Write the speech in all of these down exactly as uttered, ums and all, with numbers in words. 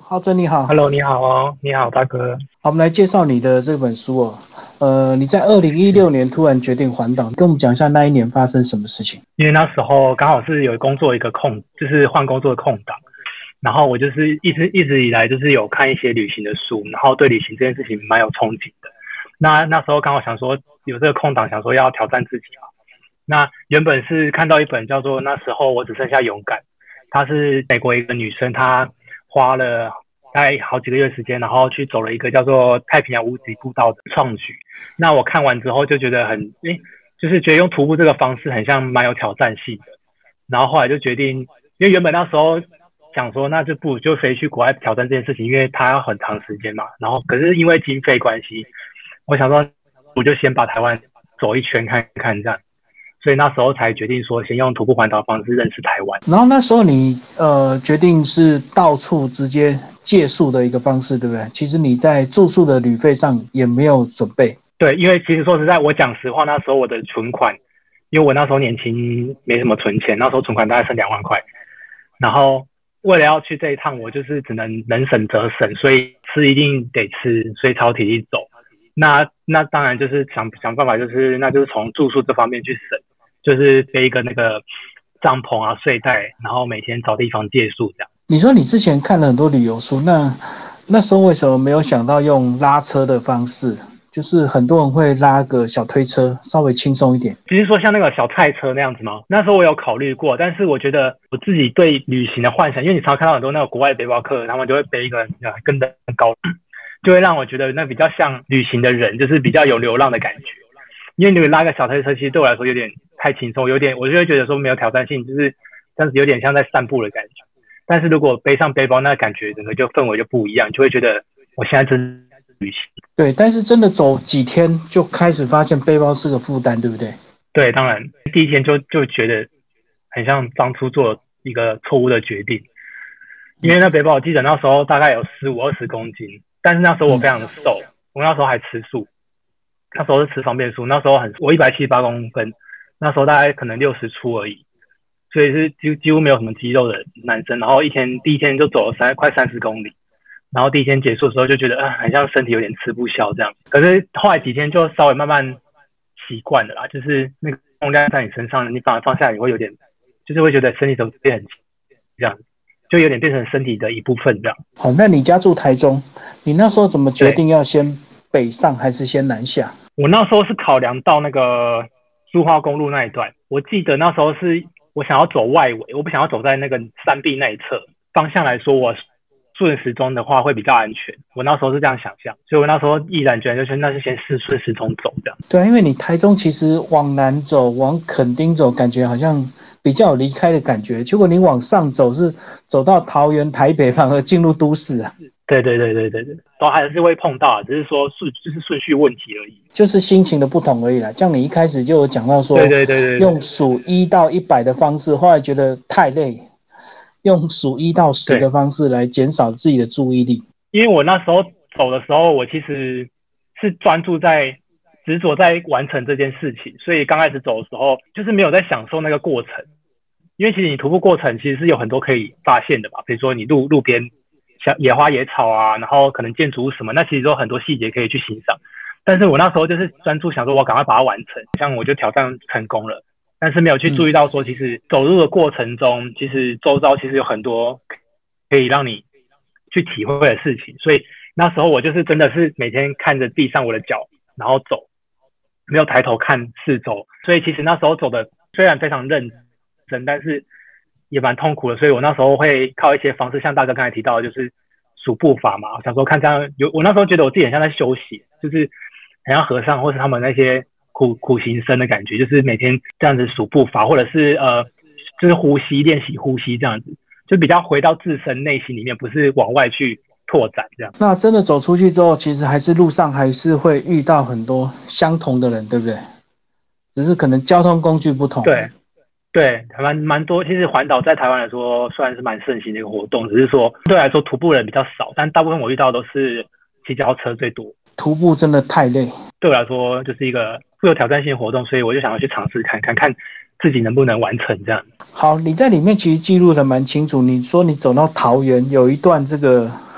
浩真你好。 Hello，你好哦，你好，大哥。 好，我们来介绍你的这本书哦。呃，你在二零一六是年突然决定环岛，跟我们讲一下那一年发生什么事情。 因为那时候刚好是有工作一个空，就是换工作的空档，然后我就是一直一直以来就是有看一些旅行的书，然后对旅行这件事情蛮有憧憬的。那那时候刚好想说有这个空档，想说要挑战自己嘛。那原本是看到一本叫做《那时候我只剩下勇敢》，她是美国一个女生，她花了大概好几个月时间，然后去走了一个叫做太平洋无极步道的创举。那我看完之后就觉得很，诶，就是觉得用徒步这个方式很像蛮有挑战性的。然后后来就决定，因为原本那时候想说，那就不如就飞去国外挑战这件事情，因为它要很长时间嘛。然后可是因为经费关系，我想说我就先把台湾走一圈看看这样。所以那时候才决定说，先用徒步环岛的方式认识台湾。 然后那时候你呃决定是到处直接借宿的一个方式，对不对？其实你在住宿的旅费上也没有准备。 对，因为其实说实在，我讲实话，那时候我的存款，因为我那时候年轻，没什么存钱，那时候存款大概剩两万块，然后为了要去这一趟，我就是只能能省则省，所以吃一定得吃，所以超体力走。那那当然就是想想办法，就是那就是从住宿这方面去省，就是背一个那个帐篷啊、睡袋，然后每天找地方借宿这样。 你说你之前看了很多旅游书，那那时候为什么没有想到用拉车的方式？就是很多人会拉个小推车，稍微轻松一点。 只是说像那个小菜车那样子吗？那时候我有考虑过，但是我觉得我自己对旅行的幻想，因为你常常看到很多那个国外的背包客，他们就会背一个呃跟得很高，就会让我觉得那比较像旅行的人，就是比较有流浪的感觉。因为你拉个小推车，其实对我来说有点太轻松，有点我就会觉得说没有挑战性，就是这样子有点像在散步的感觉。但是如果背上背包，那感觉整个就氛围就不一样，就会觉得我现在真旅行。 对，但是真的走几天就开始发现背包是个负担，对不对？ 对，当然第一天就就觉得很像当初做一个错误的决定，因为那背包我记得那时候大概有十五二十公斤，但是那时候我非常的瘦，我那时候还吃素，那时候是吃方便素，那时候很我一百七十八公分，那时候大概可能六十出而已，所以是几几乎没有什么肌肉的男生，然后一天第一天就走了三快三十公里。然后第一天结束的时候就觉得啊，很像身体有点吃不消这样。可是后来几天就稍微慢慢习惯了啦，就是那个重量在你身上，你反而放下你会有点，就是会觉得身体怎么变很轻这样，就有点变成身体的一部分这样。 好，那你家住台中，你那时候怎么决对， 定要先北上还是先南下？ 我那时候是考量到那个苏花公路那一段，我记得那时候是我想要走外围，我不想要走在那个山壁那一侧。方向来说，我顺时钟的话会比较安全，我那时候是这样想象，所以我那时候毅然决然就是那就先试顺时钟走这样。 对啊，因为你台中其实往南走，往垦丁走，感觉好像比较有离开的感觉。结果你往上走是走到桃园、台北，反而进入都市啊。 对对对对对对，都还是会碰到，只是说顺就是顺序问题而已。 就是心情的不同而已啦。像你一开始就有讲到说， 对对对对用对数一到一百的方式，后来觉得太累，用数一到十的对， 方式来减少自己的注意力。 因为我那时候走的时候，我其实是专注在执着在完成这件事情，所以刚开始走的时候，就是没有在享受那个过程。因为其实你徒步过程其实是有很多可以发现的嘛，比如说你路路边像野花野草啊，然后可能建筑物什么，那其实都有很多细节可以去欣赏。但是我那时候就是专注想说，我赶快把它完成，像我就挑战成功了，但是没有去注意到说，其实走路的过程中，其实周遭其实有很多可以让你去体会的事情。所以那时候我就是真的是每天看着地上我的脚，然后走，没有抬头看四周。所以其实那时候走的虽然非常认真，但是也蛮痛苦的。所以我那时候会靠一些方式，像大哥刚才提到的，就是数步法嘛。我想说看这样有，我那时候觉得我自己很像在休息，就是很像和尚或是他们那些苦苦行僧的感觉，就是每天这样子数步法，或者是呃，就是呼吸练习呼吸这样子，就比较回到自身内心里面，不是往外去拓展这样。 那真的走出去之后，其实还是路上还是会遇到很多相同的人，对不对？只是可能交通工具不同。 对对，还蛮蛮多。其实环岛在台湾来说算是蛮盛行的一个活动，只是说对来说徒步人比较少，但大部分我遇到都是骑脚踏车最多。 徒步真的太累。 对我来说就是一个富有挑战性的活动，所以我就想要去尝试看看看自己能不能完成这样。 好，你在里面其实记录的蛮清楚。你说你走到桃园有一段这个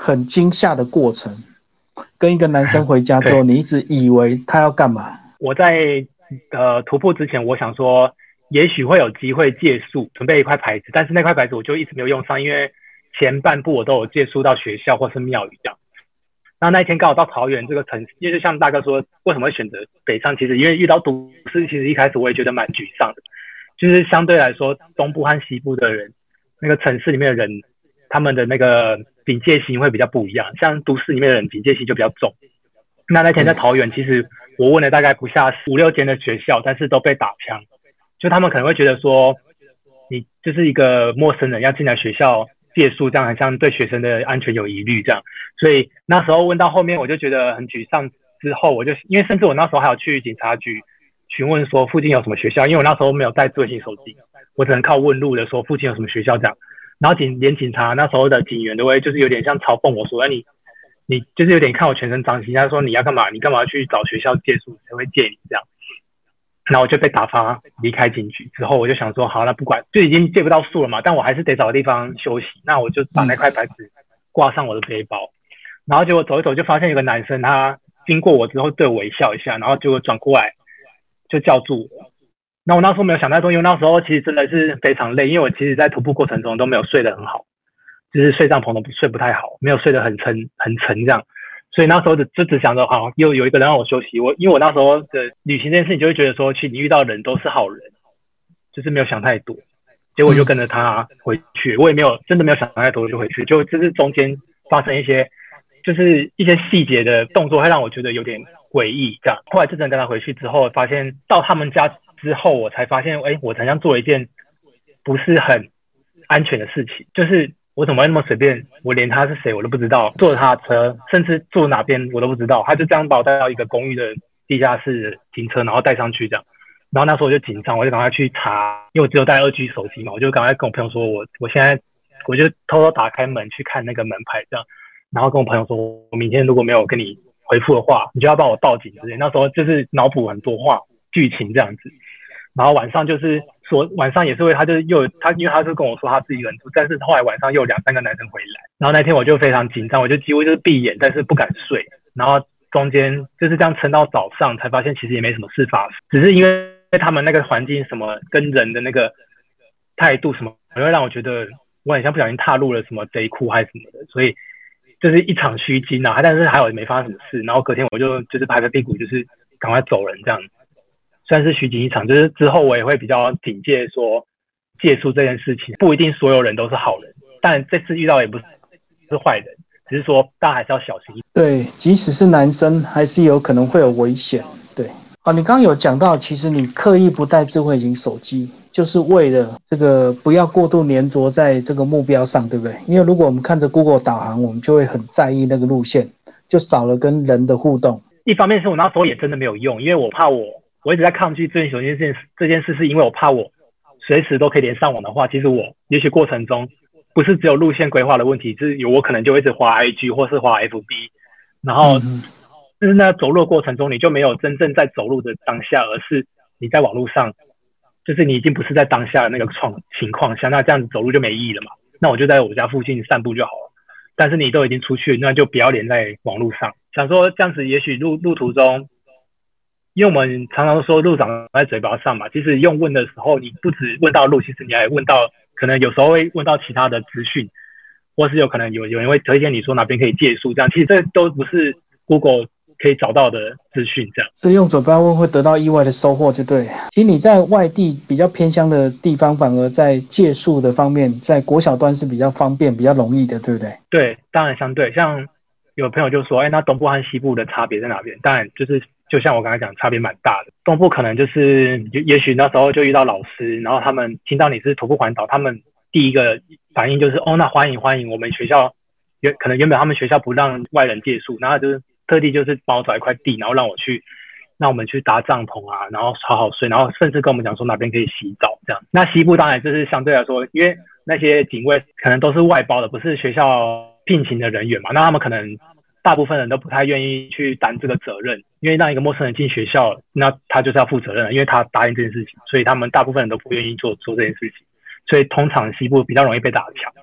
很惊吓的过程。跟一个男生回家之后，你一直以为他要干嘛？ 我在呃突破之前，我想说也许会有机会借宿，准备一块牌子，但是那块牌子我就一直没有用上，因为前半部我都有借宿到学校或是庙宇这样。那那一天刚好到桃园这个城市，因为就像大哥说，为什么会选择北上？其实因为遇到都市，其实一开始我也觉得蛮沮丧的，就是相对来说东部和西部的人，那个城市里面的人，他们的那个警戒心会比较不一样，像都市里面的人警戒心就比较重。那那天在桃园，其实我问了大概不下五六间的学校，但是都被打枪，就他们可能会觉得说，你就是一个陌生人要进来学校借宿，这样很像对学生的安全有疑虑这样。所以那时候问到后面，我就觉得很沮丧。之后我就因为甚至我那时候还有去警察局询问说附近有什么学校，因为我那时候没有带智慧型手机，我只能靠问路的说附近有什么学校这样。然后警连警察那时候的警员都会就是有点像嘲讽我说，哎你你就是有点看我全身脏兮，他说你要干嘛？你干嘛去找学校借宿？谁会借你这样？然后我就被打发离开警局之后，我就想说，好，那不管，就已经借不到宿了嘛，但我还是得找个地方休息。那我就把那块牌子挂上我的背包，然后结果走一走就发现有个男生，他经过我之后对我微笑一下，然后结果转过来就叫住我。那我那时候没有想太多，因为那时候其实真的是非常累，因为我其实在徒步过程中都没有睡得很好，就是睡帐篷都睡不太好，没有睡得很沉很沉这样。所以那时候就只想着，好，又有一个人让我休息。我因为我那时候的旅行这件事情，就会觉得说，其实你遇到的人都是好人，就是没有想太多。结果就跟着他回去，我也没有真的没有想太多就回去，就就是中间发生一些就是一些细节的动作，会让我觉得有点诡异这样。后来真正跟他回去之后，发现到他们家之后，我才发现，哎，我好像做了一件不是很安全的事情，就是我怎么会那么随便？我连他是谁我都不知道，坐他的车，甚至坐哪边我都不知道，他就这样把我带到一个公寓的地下室停车，然后带上去这样。然后那时候我就紧张，我就赶快去查，因为我只有带二 G 手机嘛，我就赶快跟我朋友说，我我现在我就偷偷打开门去看那个门牌这样，然后跟我朋友说，我明天如果没有跟你回复的话，你就要帮我报警之类。那时候就是脑补很多话剧情这样子。然后晚上就是说晚上也是会，他就是又他因为他就跟我说他自己一个人住，但是后来晚上又有两三个男生回来，然后那天我就非常紧张，我就几乎就是闭眼，但是不敢睡，然后中间就是这样撑到早上才发现其实也没什么事发生，只是因为他们那个环境什么跟人的那个态度什么，会让我觉得我很像不小心踏入了什么贼窟还是什么的，所以就是一场虚惊啊，但是还好没发生什么事，然后隔天我就就是拍拍屁股就是赶快走人这样。算是虚惊一场，就是之后我也会比较警戒说借宿这件事情，不一定所有人都是好人，但这次遇到也不是是坏人，只是说大家还是要小心一点。 对，即使是男生，还是有可能会有危险。对，啊，你刚刚有讲到，其实你刻意不带智慧型手机，就是为了这个不要过度黏着在这个目标上，对不对？因为如果我们看着 Google 导航，我们就会很在意那个路线，就少了跟人的互动。 一方面是我那时候也真的没有用，因为我怕我。我一直在抗拒智慧型手机这件事，这件事是因为我怕我随时都可以连上网的话，其实我也许过程中不是只有路线规划的问题，是有我可能就一直滑 I G 或是滑 F B， 然后就是那走路的过程中你就没有真正在走路的当下，而是你在网络上，就是你已经不是在当下的那个状情况下，那这样子走路就没意义了嘛。那我就在我家附近散步就好了。但是你都已经出去，那就不要连在网络上。想说这样子，也许路路途中。因为我们常常说路长在嘴巴上嘛，其实用问的时候，你不只问到路，其实你还问到，可能有时候会问到其他的资讯，或是有可能有有人会推荐你说哪边可以借宿，这样其实这都不是 Google 可以找到的资讯，这样。 所以用嘴巴问会得到意外的收获，就对。其实你在外地比较偏乡的地方，反而在借宿的方面，在国小端是比较方便、比较容易的，对不对？ 对，当然相对，像有朋友就说，哎，那东部和西部的差别在哪边？当然就是。就像我刚才讲，差别蛮大的。东部可能就是也也许那时候就遇到老师，然后他们听到你是徒步环岛，他们第一个反应就是哦，那欢迎欢迎，我们学校原可能原本他们学校不让外人借宿，然后就是特地就是帮我找一块地，然后让我去，让我们去搭帐篷啊，然后好好睡，然后甚至跟我们讲说哪边可以洗澡这样。那西部当然就是相对来说，因为那些警卫可能都是外包的，不是学校聘请的人员嘛，那他们可能。大部分人都不太愿意去担这个责任，因为让一个陌生人进学校，那他就是要负责任的，因为他答应这件事情，所以他们大部分人都不愿意做做这件事情，所以通常西部比较容易被打枪。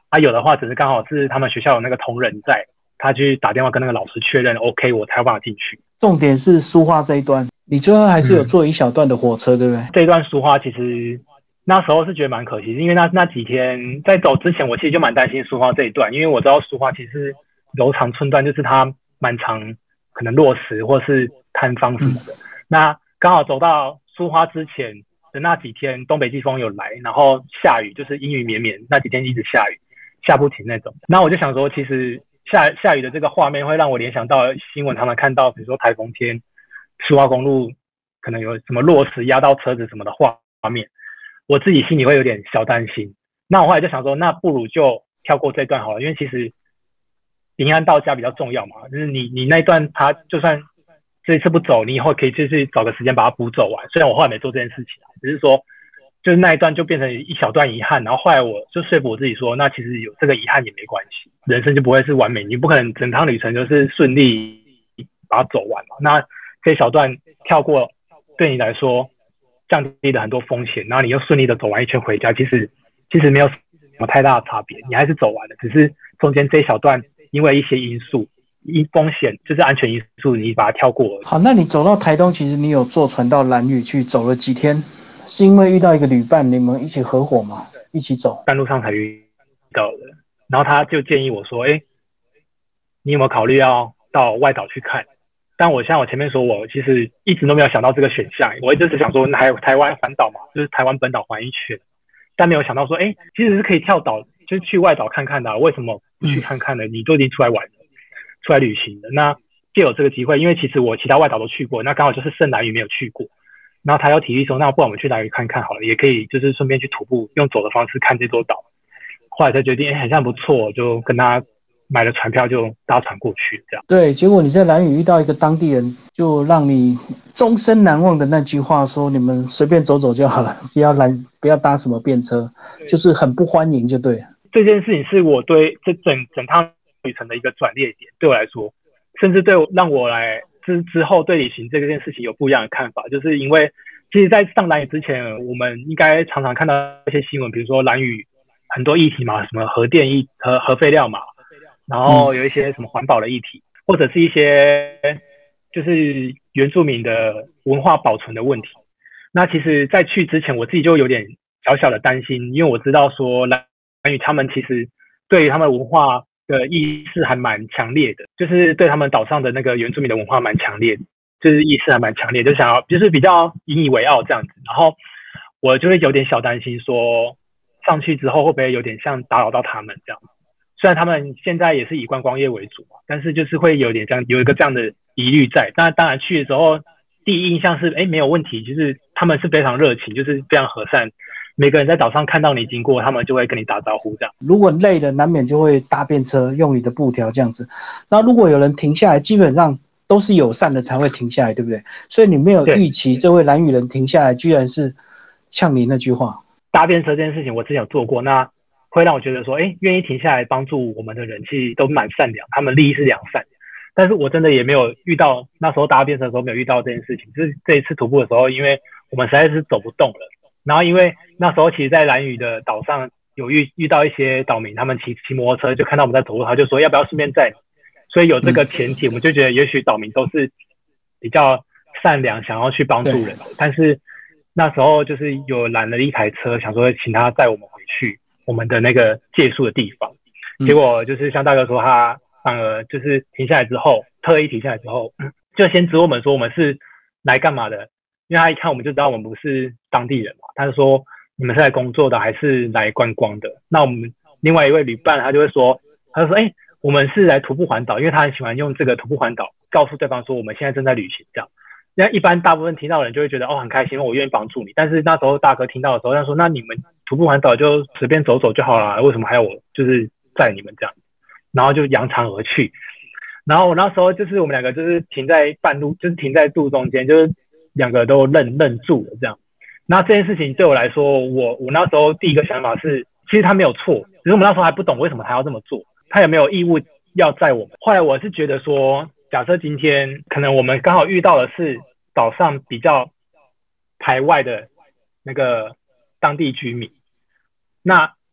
啊有的话只是刚好是他们学校有那个同仁在，他去打电话跟那个老师确认 OK 我才有办法进去。 重点是苏花这一段，你最后还是有坐一小段的火车，嗯、对不对？ 这一段苏花其实那时候是觉得蛮可惜，因为那那几天在走之前，我其实就蛮担心苏花这一段，因为我知道苏花其实柔肠寸断，就是它蛮常可能落石或是塌方什么的。嗯、那刚好走到苏花之前的那几天，东北季风有来，然后下雨，就是阴雨绵绵，那几天一直下雨，下不停那种。那我就想说，其实下下雨的这个画面会让我联想到新闻，他们看到比如说台风天，苏花公路可能有什么落石压到车子什么的画面。我自己心里会有点小担心，那我后来就想说，那不如就跳过这段好了，因为其实平安到家比较重要嘛。就是你你那一段，他就算这一次不走，你以后可以就是找个时间把它补走完。虽然我后来没做这件事情，只是说就是那一段就变成一小段遗憾。然后后来我就说服我自己说，那其实有这个遗憾也没关系，人生就不会是完美，你不可能整趟旅程就是顺利把它走完嘛。那这一小段跳过，对你来说降低了很多风险，然后你又顺利的走完一圈回家，其实其实没有什么太大的差别，你还是走完了，只是中间这一小段因为一些因素，因风险就是安全因素，你把它跳过而已。 好，那你走到台东，其实你有坐船到兰屿去走了几天？是因为遇到一个旅伴，你们一起合伙吗？一起走？ 半路上才遇到的，然后他就建议我说：“哎，你有没有考虑要到外岛去看？”但我像我前面说，我其实一直都没有想到这个选项，我一直是想说台台湾环岛嘛，就是台湾本岛环一圈，但没有想到说，哎，其实是可以跳岛，就是去外岛看看的、啊，为什么不去看看呢？你都已经出来玩了，出来旅行了，那就有这个机会，因为其实我其他外岛都去过，那刚好就是圣兰屿没有去过，然后他有提议说，那不然我们去兰屿看看好了，也可以就是顺便去徒步，用走的方式看这座岛。后来才决定，哎，好像不错，就跟他买了船票就搭船过去，这样。 对，结果你在兰屿遇到一个当地人，就让你终身难忘的那句话说：“你们随便走走就好了，不要拦，不要搭什么便车，就是很不欢迎，就对了。” 这件事情是我对这整整趟旅程的一个转捩点，对我来说，甚至对我让我来之之后对旅行这件事情有不一样的看法，就是因为其实，在上兰屿之前，我们应该常常看到一些新闻，比如说兰屿很多议题嘛，什么核电议、核核废料嘛。然后有一些什么环保的议题，或者是一些就是原住民的文化保存的问题。那其实在去之前，我自己就有点小小的担心，因为我知道说兰屿他们其实对于他们文化的意识还蛮强烈的，就是对他们岛上的那个原住民的文化蛮强烈的，就是意识还蛮强烈，就想要就是比较引以为傲这样子。然后我就会有点小担心说，上去之后会不会有点像打扰到他们这样子。虽然他们现在也是以观光业为主嘛，但是就是会有点这样，有一个这样的疑虑在。但当然去的时候，第一印象是，哎，没有问题，就是他们是非常热情，就是非常和善。每个人在岛上看到你经过，他们就会跟你打招呼这样。 如果累了，难免就会搭便车，用你的布条这样子。那如果有人停下来，基本上都是友善的才会停下来，对不对？所以你没有预期这位兰屿人停下来，居然是呛你那句话。 搭便车这件事情，我之前有做过，那会让我觉得说，哎，愿意停下来帮助我们的人，其实都蛮善良，他们利益是良善。但是我真的也没有遇到，那时候搭便车的时候没有遇到这件事情。就是这一次徒步的时候，因为我们实在是走不动了，然后因为那时候其实在兰屿的岛上有遇遇到一些岛民，他们骑骑摩托车就看到我们在走路，他就说要不要顺便载你。所以有这个前提，我们就觉得也许岛民都是比较善良，想要去帮助人。但是那时候就是有拦了一台车，想说请他载我们回去我们的那个借宿的地方。结果就是像大哥说，他反而就是停下来之后，特意停下来之后，就先指我们说我们是来干嘛的，因为他一看我们就知道我们不是当地人嘛，他就说你们是来工作的还是来观光的？那我们另外一位旅伴他就会说，他就说，哎、欸，我们是来徒步环岛，因为他很喜欢用这个徒步环岛告诉对方说我们现在正在旅行这样。那一般大部分听到的人就会觉得哦很开心，我愿意帮助你。但是那时候大哥听到的时候，他说那你们徒步环岛就随便走走就好了，为什么还要我就是载你们这样？然后就扬长而去。然后我那时候就是我们两个就是停在半路，就是停在路中间，就是两个都愣愣住了这样。那这件事情对我来说，我我那时候第一个想法是，其实他没有错，只是我们那时候还不懂为什么他要这么做，他有没有义务要载我们。后来我是觉得说，假设今天可能我们刚好遇到的是岛上比较排外的那个当地居民，那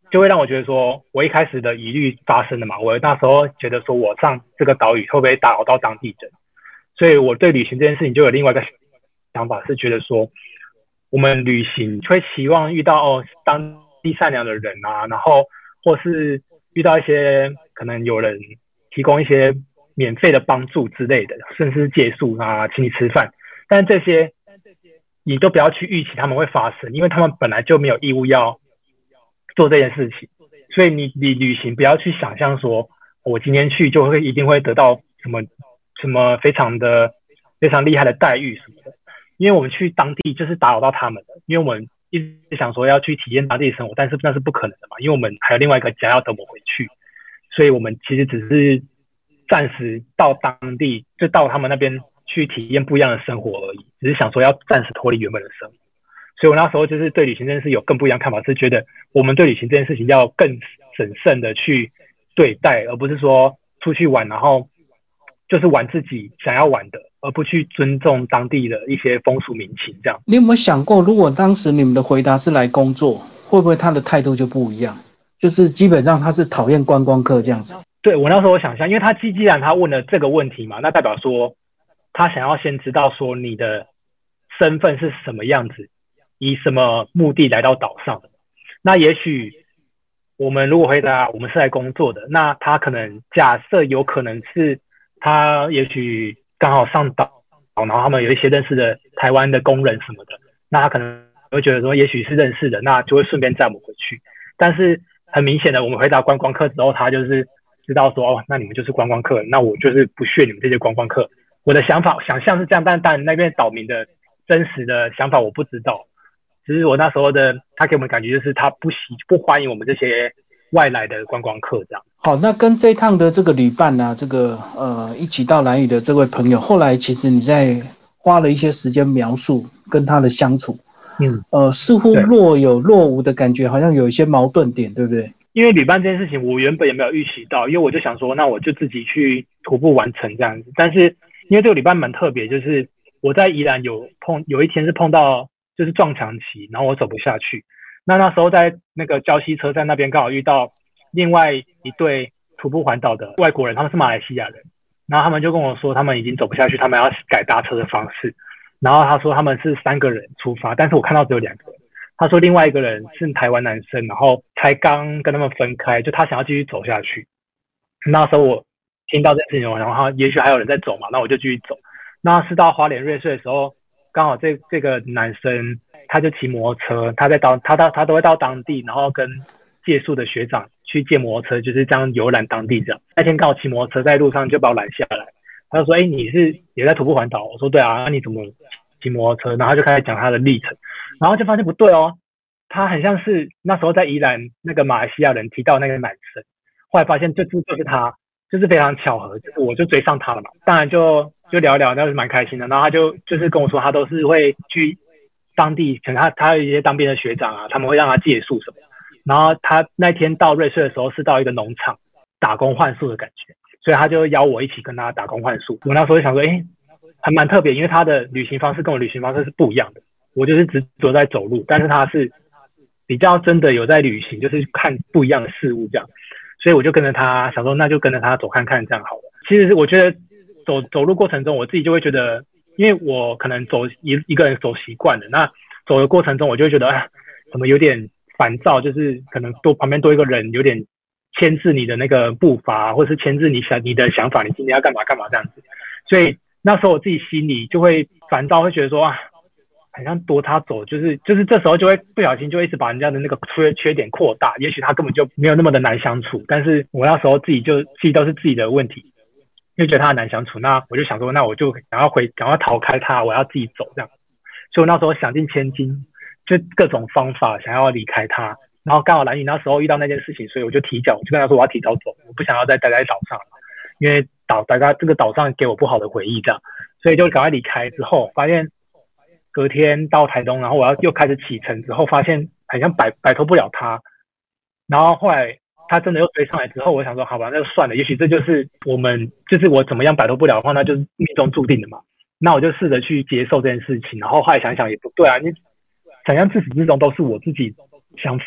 就会让我觉得说，我一开始的疑虑发生了嘛，我那时候觉得说我上这个岛屿会不会打扰到当地人，所以我对旅行这件事情就有另外一个想法，是觉得说，我们旅行会期望遇到哦当地善良的人啊，然后或是遇到一些可能有人提供一些免费的帮助之类的，甚至是借宿啊，请你吃饭，但这些你都不要去预期他们会发生，因为他们本来就没有义务要做这件事情，所以你你旅行不要去想象说，我今天去就会一定会得到什么什么非常的非常厉害的待遇什么的，因为我们去当地就是打扰到他们的，因为我们一直想说要去体验当地生活，但是那是不可能的嘛，因为我们还有另外一个家要等我们回去，所以我们其实只是暂时到当地，就到他们那边去体验不一样的生活而已，只是想说要暂时脱离原本的生活。所以我那时候就是对旅行这件事有更不一样的看法，是觉得我们对旅行这件事情要更审慎的去对待，而不是说出去玩然后就是玩自己想要玩的，而不去尊重当地的一些风俗民情这样。 你有没有想过，如果当时你们的回答是来工作，会不会他的态度就不一样？就是基本上他是讨厌观光客这样子。 对，我那时候我想象，因为他既既然他问了这个问题嘛，那代表说他想要先知道说你的身份是什么样子，以什么目的来到岛上的。那也许我们如果回答我们是来工作的，那他可能假设有可能是他也许刚好上岛，然后他们有一些认识的台湾的工人什么的，那他可能会觉得说也许是认识的，那就会顺便载我们回去。但是很明显的，我们回答观光客之后，他就是知道说哦，那你们就是观光客，那我就是不屑你们这些观光客。我的想法想象是这样，但但那边岛民的真实的想法我不知道。只是我那时候的他给我们感觉就是他不喜不欢迎我们这些外来的观光客这样。 好，那跟这一趟的这个旅伴啊，这个呃一起到兰屿的这位朋友，后来其实你在花了一些时间描述跟他的相处， 嗯， 呃，似乎若有若无的感觉，好像有一些矛盾点，对不对？ 因为旅伴这件事情，我原本也没有预期到，因为我就想说，那我就自己去徒步完成这样子。但是因为这个旅伴蛮特别，就是我在宜兰有碰有一天是碰到就是撞墙期，然后我走不下去。那那时候在那个礁溪车站那边刚好遇到另外一对徒步环岛的外国人，他们是马来西亚人，然后他们就跟我说他们已经走不下去，他们要改搭车的方式。然后他说他们是三个人出发，但是我看到只有两个人。他说另外一个人是台湾男生，然后才刚跟他们分开，就他想要继续走下去。那时候我听到这件事情，然后他也许还有人在走嘛，那我就继续走。那是到花莲瑞穗的时候，刚好这这个男生他就骑摩托车，他在当他到他都会到当地，然后跟借宿的学长去借摩托车，就是这样游览当地这样。那天刚好骑摩托车在路上就把我拦下来，他就说：“哎、欸，你是也在徒步环岛？”我说：“对啊，那你怎么骑摩托车？”然后他就开始讲他的历程。然后就发现不对哦，他很像是那时候在宜兰那个马来西亚人提到那个男生，后来发现这次就是他，就是非常巧合，就是我就追上他了嘛，当然就就聊聊，那是蛮开心的。然后他就就是跟我说，他都是会去当地，可能他他有一些当兵的学长啊，他们会让他借宿什么。然后他那天到瑞穗的时候是到一个农场打工换宿的感觉，所以他就邀我一起跟他打工换宿。我那时候就想说，哎，还蛮特别，因为他的旅行方式跟我旅行方式是不一样的。我就是执着在走路，但是他是比较真的有在旅行，就是看不一样的事物这样，所以我就跟着他，想说那就跟着他走看看这样好了。其实我觉得走走路过程中，我自己就会觉得，因为我可能走一一个人走习惯了，那走的过程中我就会觉得，哎，怎么有点烦躁，就是可能多旁边多一个人，有点牵制你的那个步伐，或是牵制你想你的想法，你今天要干嘛干嘛这样子。所以那时候我自己心里就会烦躁，会觉得说啊。好像多他走，就是就是这时候就会不小心就一直把人家的那个缺缺点扩大，也许他根本就没有那么的难相处，但是我那时候自己就自己都是自己的问题，就觉得他难相处，那我就想说，那我就赶快回，赶快逃开他，我要自己走这样。所以我那时候想尽千金，就各种方法想要离开他，然后刚好兰屿那时候遇到那件事情，所以我就提早，我就跟他说我要提早走，我不想要再待在岛上，因为岛大概这个岛上给我不好的回忆这样，所以就赶快离开之后，发现。隔天到台东，然后我要又开始启程之后，发现好像摆摆脱不了他，然后后来他真的又追上来之后，我想说好吧，那就算了，也许这就是我们就是我怎么样摆脱不了的话，那就是命中注定的嘛。那我就试着去接受这件事情，然后后来想想也不对啊，你想象自始至终都是我自己想法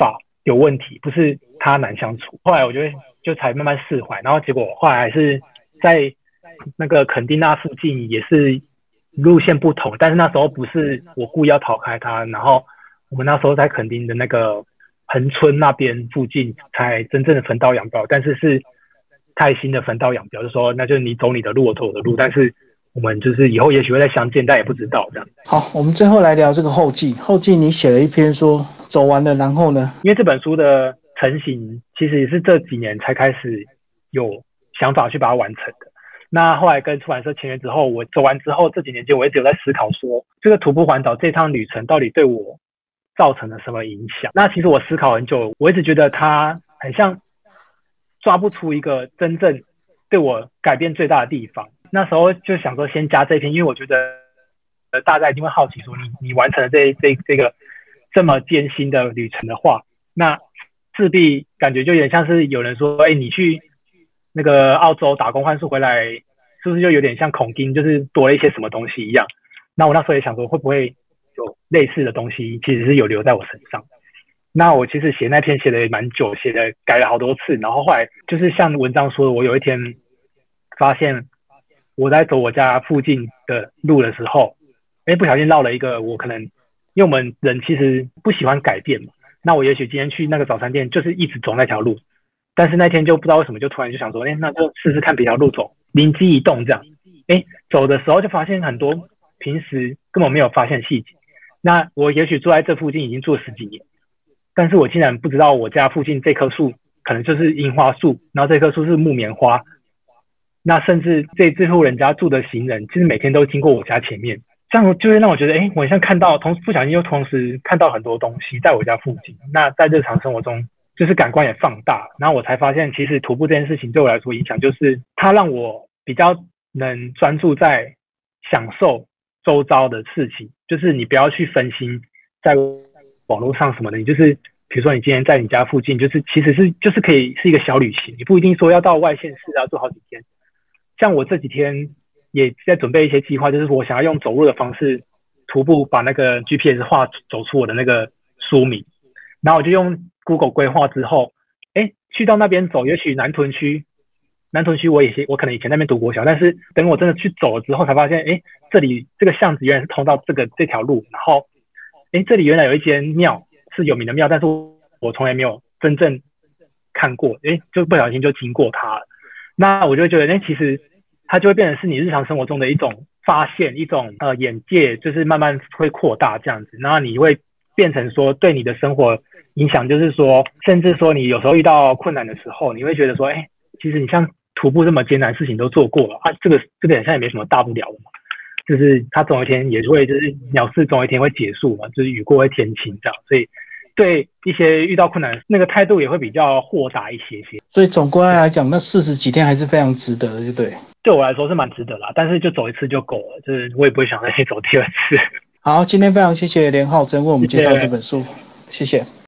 有问题，不是他难相处。后来我就就才慢慢释怀，然后结果后来还是在那个垦丁那附近也是路线不同，但是那时候不是我故意要逃开他，然后我们那时候在垦丁的那个恒春那边附近才真正的分道扬镳，但是是泰兴的分道扬镳，就说那就是你走你的路，我走我的路，但是我们就是以后也许会再相见，但也不知道这样。 好，我们最后来聊这个后记。后记你写了一篇说走完了，然后呢？ 因为这本书的成型其实也是这几年才开始有想法去把它完成的。那后来跟出版社签约之后，我走完之后这几年间，我一直有在思考说，这个徒步环岛这趟旅程到底对我造成了什么影响？那其实我思考很久，我一直觉得它很像抓不出一个真正对我改变最大的地方。那时候就想说先加这篇，因为我觉得呃大家一定会好奇说你你完成了这这这个这么艰辛的旅程的话，那势必感觉就有点像是有人说，哎，你去那个澳洲打工换宿回来，是不是就有点像孔丁，就是多了一些什么东西一样？那我那时候也想说，会不会有类似的东西，其实是有留在我身上。那我其实写那篇写的也蛮久，写的改了好多次，然后后来就是像文章说的，我有一天发现我在走我家附近的路的时候，哎，不小心绕了一个我可能，因为我们人其实不喜欢改变嘛，那我也许今天去那个早餐店就是一直走那条路，但是那天就不知道为什么就突然就想说，哎，那就试试看别条路走，灵机一动这样，哎，走的时候就发现很多平时根本没有发现细节。那我也许住在这附近已经住了十几年，但是我竟然不知道我家附近这棵树可能就是樱花树，然后这棵树是木棉花，那甚至这这户人家住的行人，其实每天都经过我家前面，这样就会让我觉得，哎，我好像看到，同不小心又同时看到很多东西在我家附近。那在日常生活中，就是感官也放大，然后我才发现，其实徒步这件事情对我来说影响就是，它让我比较能专注在享受周遭的事情，就是你不要去分心在网络上什么的，你就是比如说你今天在你家附近，就是其实是就是可以是一个小旅行，你不一定说要到外县市啊住好几天。像我这几天也在准备一些计划，就是我想要用走路的方式徒步把那个 G P S 画走出我的那个书名，然后我就用 Google 规划之后，哎，去到那边走，也许南屯区，南屯区我也我可能以前那边读国小，但是等我真的去走了之后，才发现，哎，这里这个巷子原来是通到这个这条路，然后，哎，这里原来有一间庙是有名的庙，但是我从来没有真正看过，哎，就不小心就经过它了。那我就觉得，哎，其实它就会变成是你日常生活中的一种发现，一种呃眼界，就是慢慢会扩大这样子。然后你会变成说，对你的生活影响，就是说，甚至说你有时候遇到困难的时候，你会觉得说，哎，其实你像徒步这么艰难的事情都做过了啊，这个这个好像也没什么大不了的嘛。就是它总有一天也会，就是鸟事总有一天会结束嘛，就是雨过会天晴这样，所以。对一些遇到困难那个态度也会比较豁达一些些， 所以总归来讲，那四十几天还是非常值得的，就对。 对我来说是蛮值得啦，但是就走一次就够了，就是我也不会想再去走第二次。 好，今天非常谢谢连浩真为我们介绍这本书，谢谢。谢谢。